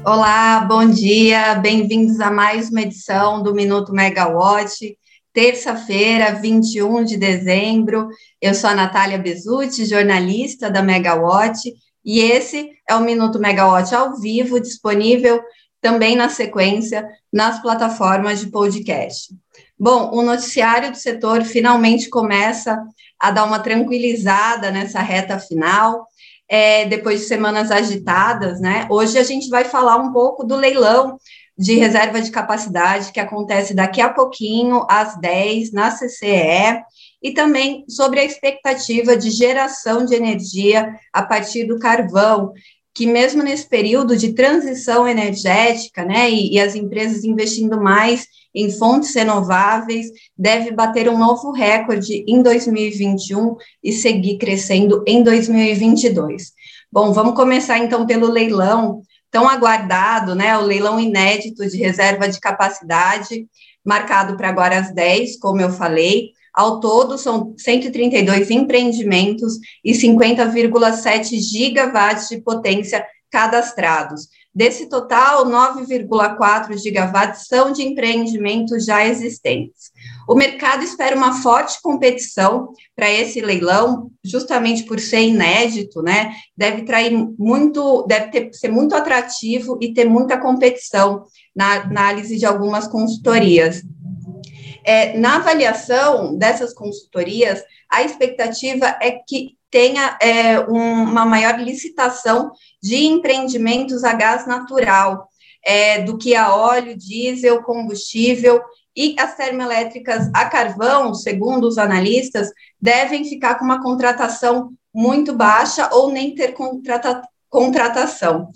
Olá, bom dia, bem-vindos a mais uma edição do Minuto Megawatt, terça-feira, 21 de dezembro. Eu sou a Natália Bezutti, jornalista da Megawatt, e esse é o Minuto Megawatt ao vivo, disponível também na sequência nas plataformas de podcast. Bom, o noticiário do setor finalmente começa a dar uma tranquilizada nessa reta final. Depois de semanas agitadas, né? Hoje a gente vai falar um pouco do leilão de reserva de capacidade que acontece daqui a pouquinho, às 10, na CCEE, e também sobre a expectativa de geração de energia a partir do carvão, que mesmo nesse período de transição energética, né, e as empresas investindo mais em fontes renováveis, deve bater um novo recorde em 2021 e seguir crescendo em 2022. Bom, vamos começar então pelo leilão tão aguardado, né, o leilão inédito de reserva de capacidade, marcado para agora às 10, como eu falei. Ao todo, são 132 empreendimentos e 50,7 gigawatts de potência cadastrados. Desse total, 9,4 gigawatts são de empreendimentos já existentes. O mercado espera uma forte competição para esse leilão, justamente por ser inédito, né? Deve ser muito atrativo e ter muita competição na análise de algumas consultorias. Na avaliação dessas consultorias, a expectativa é que tenha uma maior licitação de empreendimentos a gás natural, do que a óleo, diesel, combustível, e as termoelétricas a carvão, segundo os analistas, devem ficar com uma contratação muito baixa ou nem ter contratação.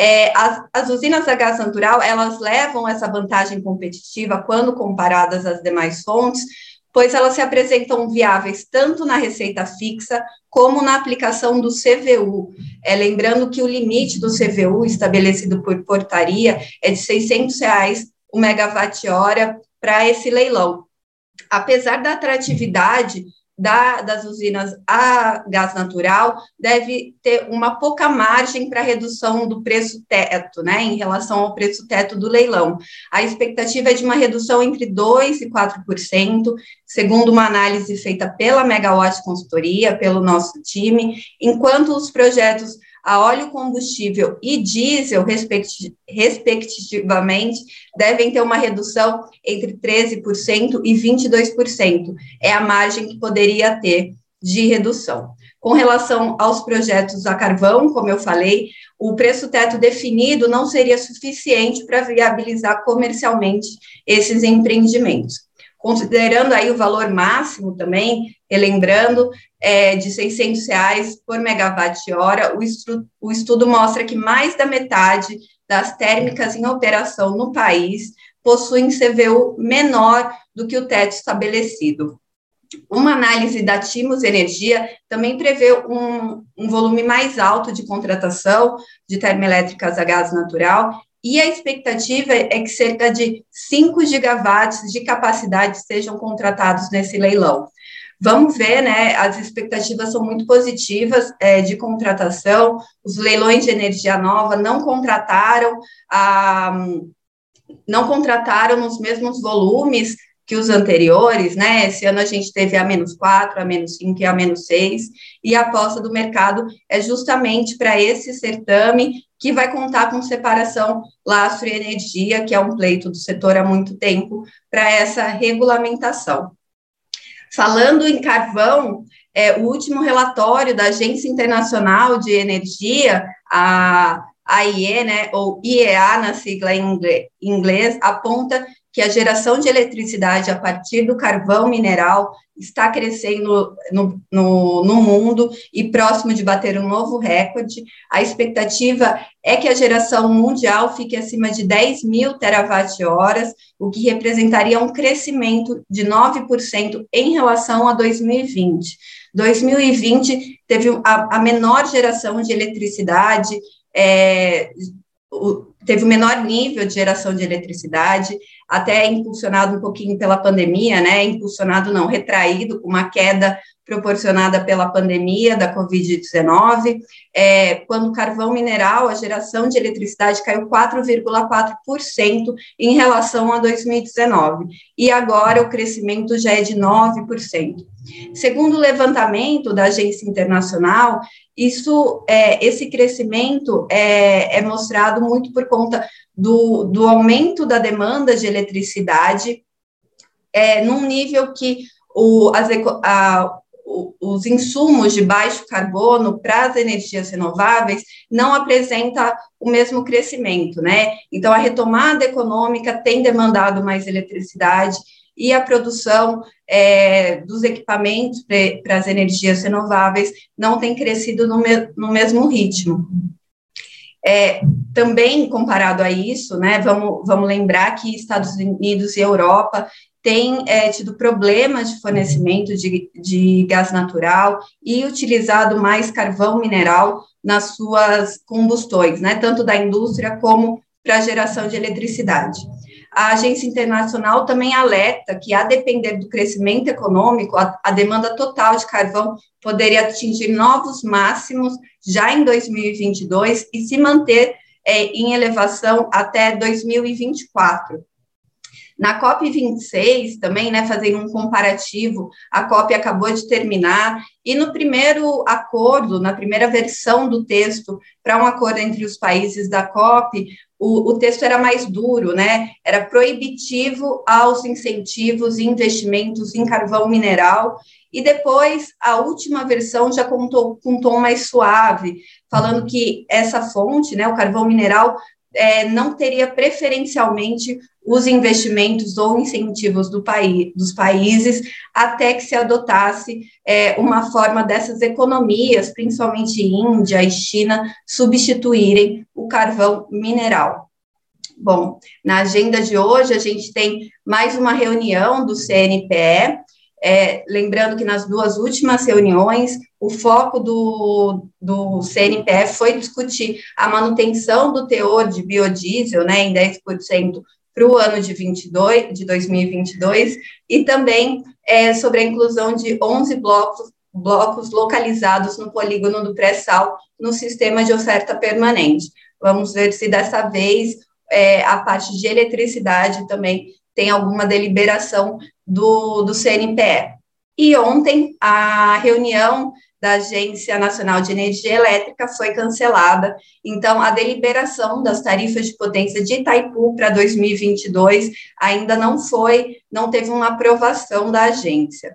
As usinas a gás natural, elas levam essa vantagem competitiva quando comparadas às demais fontes, pois elas se apresentam viáveis tanto na receita fixa como na aplicação do CVU. Lembrando que o limite do CVU estabelecido por portaria é de R$600 o megawatt-hora para esse leilão. Apesar da atratividade das usinas a gás natural, deve ter uma pouca margem para redução do preço teto, né, em relação ao preço teto do leilão. A expectativa é de uma redução entre 2% e 4%, segundo uma análise feita pela Megawatt Consultoria, pelo nosso time, enquanto os projetos a óleo combustível e diesel, respectivamente, devem ter uma redução entre 13% e 22%. É a margem que poderia ter de redução. Com relação aos projetos a carvão, como eu falei, o preço teto definido não seria suficiente para viabilizar comercialmente esses empreendimentos. Considerando aí o valor máximo também, relembrando, de R$600 por megawatt-hora, o estudo mostra que mais da metade das térmicas em operação no país possuem CVU menor do que o teto estabelecido. Uma análise da Timos Energia também prevê um volume mais alto de contratação de termoelétricas a gás natural, e a expectativa é que cerca de 5 gigawatts de capacidade sejam contratados nesse leilão. Vamos ver, né? As expectativas são muito positivas de contratação. Os leilões de energia nova não contrataram nos mesmos volumes que os anteriores, né? Esse ano a gente teve a -4, a -5 e a -6, e a aposta do mercado é justamente para esse certame, que vai contar com separação lastro e energia, que é um pleito do setor há muito tempo, para essa regulamentação. Falando em carvão, o último relatório da Agência Internacional de Energia, a AIE, né, ou IEA na sigla em inglês, aponta que a geração de eletricidade a partir do carvão mineral está crescendo no mundo e próximo de bater um novo recorde. A expectativa é que a geração mundial fique acima de 10 mil terawatt-horas, o que representaria um crescimento de 9% em relação a 2020. 2020 teve a menor geração de eletricidade, teve o menor nível de geração de eletricidade, até impulsionado um pouquinho pela pandemia, né, retraído, com uma queda proporcionada pela pandemia da Covid-19, quando o carvão mineral, a geração de eletricidade caiu 4,4% em relação a 2019, e agora o crescimento já é de 9%. Segundo o levantamento da Agência Internacional, esse crescimento é mostrado muito por conta do aumento da demanda de eletricidade, num nível que os insumos de baixo carbono para as energias renováveis não apresenta o mesmo crescimento, né? Então, a retomada econômica tem demandado mais eletricidade e a produção dos equipamentos para as energias renováveis não tem crescido no mesmo ritmo. Também, comparado a isso, né, vamos lembrar que Estados Unidos e Europa têm tido problemas de fornecimento de gás natural e utilizado mais carvão mineral nas suas combustões, né, tanto da indústria como para a geração de eletricidade. A Agência Internacional também alerta que, a depender do crescimento econômico, a demanda total de carvão poderia atingir novos máximos já em 2022 e se manter em elevação até 2024. Na COP26, também, né, fazendo um comparativo, a COP acabou de terminar, e no primeiro acordo, na primeira versão do texto, para um acordo entre os países da COP, o texto era mais duro, né, era proibitivo aos incentivos e investimentos em carvão mineral, e depois a última versão já contou com um tom mais suave, falando que essa fonte, né, o carvão mineral, não teria preferencialmente os investimentos ou incentivos dos países, até que se adotasse uma forma dessas economias, principalmente Índia e China, substituírem o carvão mineral. Bom, na agenda de hoje a gente tem mais uma reunião do CNPE, lembrando que nas duas últimas reuniões, o foco do CNPE foi discutir a manutenção do teor de biodiesel, né, em 10% para o ano de 2022, e também sobre a inclusão de 11 blocos localizados no polígono do pré-sal no sistema de oferta permanente. Vamos ver se dessa vez a parte de eletricidade também tem alguma deliberação do CNPE. E ontem, a reunião da Agência Nacional de Energia Elétrica foi cancelada, então a deliberação das tarifas de potência de Itaipu para 2022 ainda não teve uma aprovação da agência.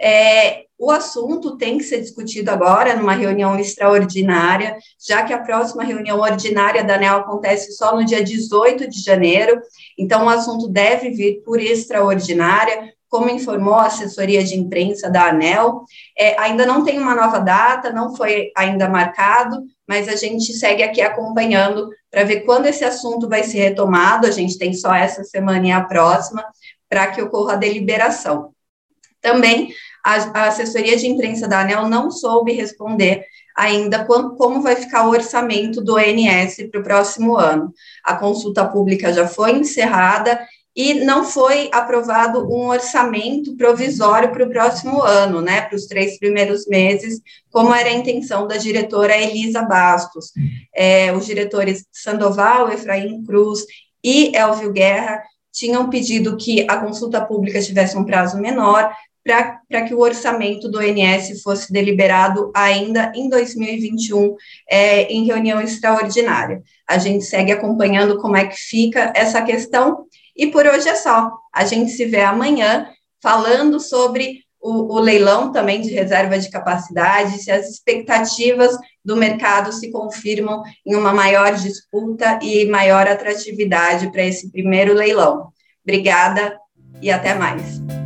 O assunto tem que ser discutido agora numa reunião extraordinária, já que a próxima reunião ordinária da ANEEL acontece só no dia 18 de janeiro, então o assunto deve vir por extraordinária, como informou a assessoria de imprensa da ANEEL. Ainda não tem uma nova data, não foi ainda marcado, mas a gente segue aqui acompanhando para ver quando esse assunto vai ser retomado. A gente tem só essa semana e a próxima para que ocorra a deliberação. Também a assessoria de imprensa da ANEEL não soube responder ainda como vai ficar o orçamento do ONS para o próximo ano. A consulta pública já foi encerrada e não foi aprovado um orçamento provisório para o próximo ano, né, para os 3 primeiros meses, como era a intenção da diretora Elisa Bastos. Os diretores Sandoval, Efraim Cruz e Elvio Guerra tinham pedido que a consulta pública tivesse um prazo menor, para que o orçamento do ONS fosse deliberado ainda em 2021, em reunião extraordinária. A gente segue acompanhando como é que fica essa questão, e por hoje é só. A gente se vê amanhã falando sobre o leilão também de reserva de capacidade, se as expectativas do mercado se confirmam em uma maior disputa e maior atratividade para esse primeiro leilão. Obrigada e até mais.